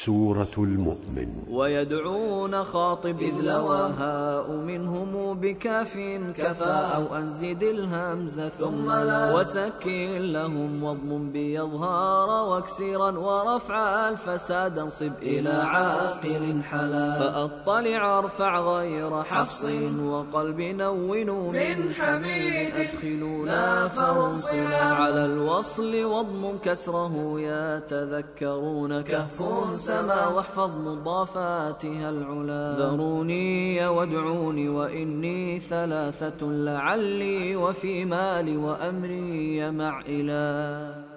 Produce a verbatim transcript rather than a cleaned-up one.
سورة المؤمن. ويدعون خاطب إذ لواها منهم بكاف كفى أو أنزد الهمزة ثم لا وسكن لهم واضم بيظهار واكسرا ورفع الفساد انصب إلى عاقل حلا فأطلع ارفع غير حفص وقلب نون من حميد أدخلونا فرنصلا على الوصل واضم كسره يتذكرون كهف سما واحفظ مضافاتها العلا ذروني وادعوني وإني ثلاثة لعلي وفي مالي وأمري مع إله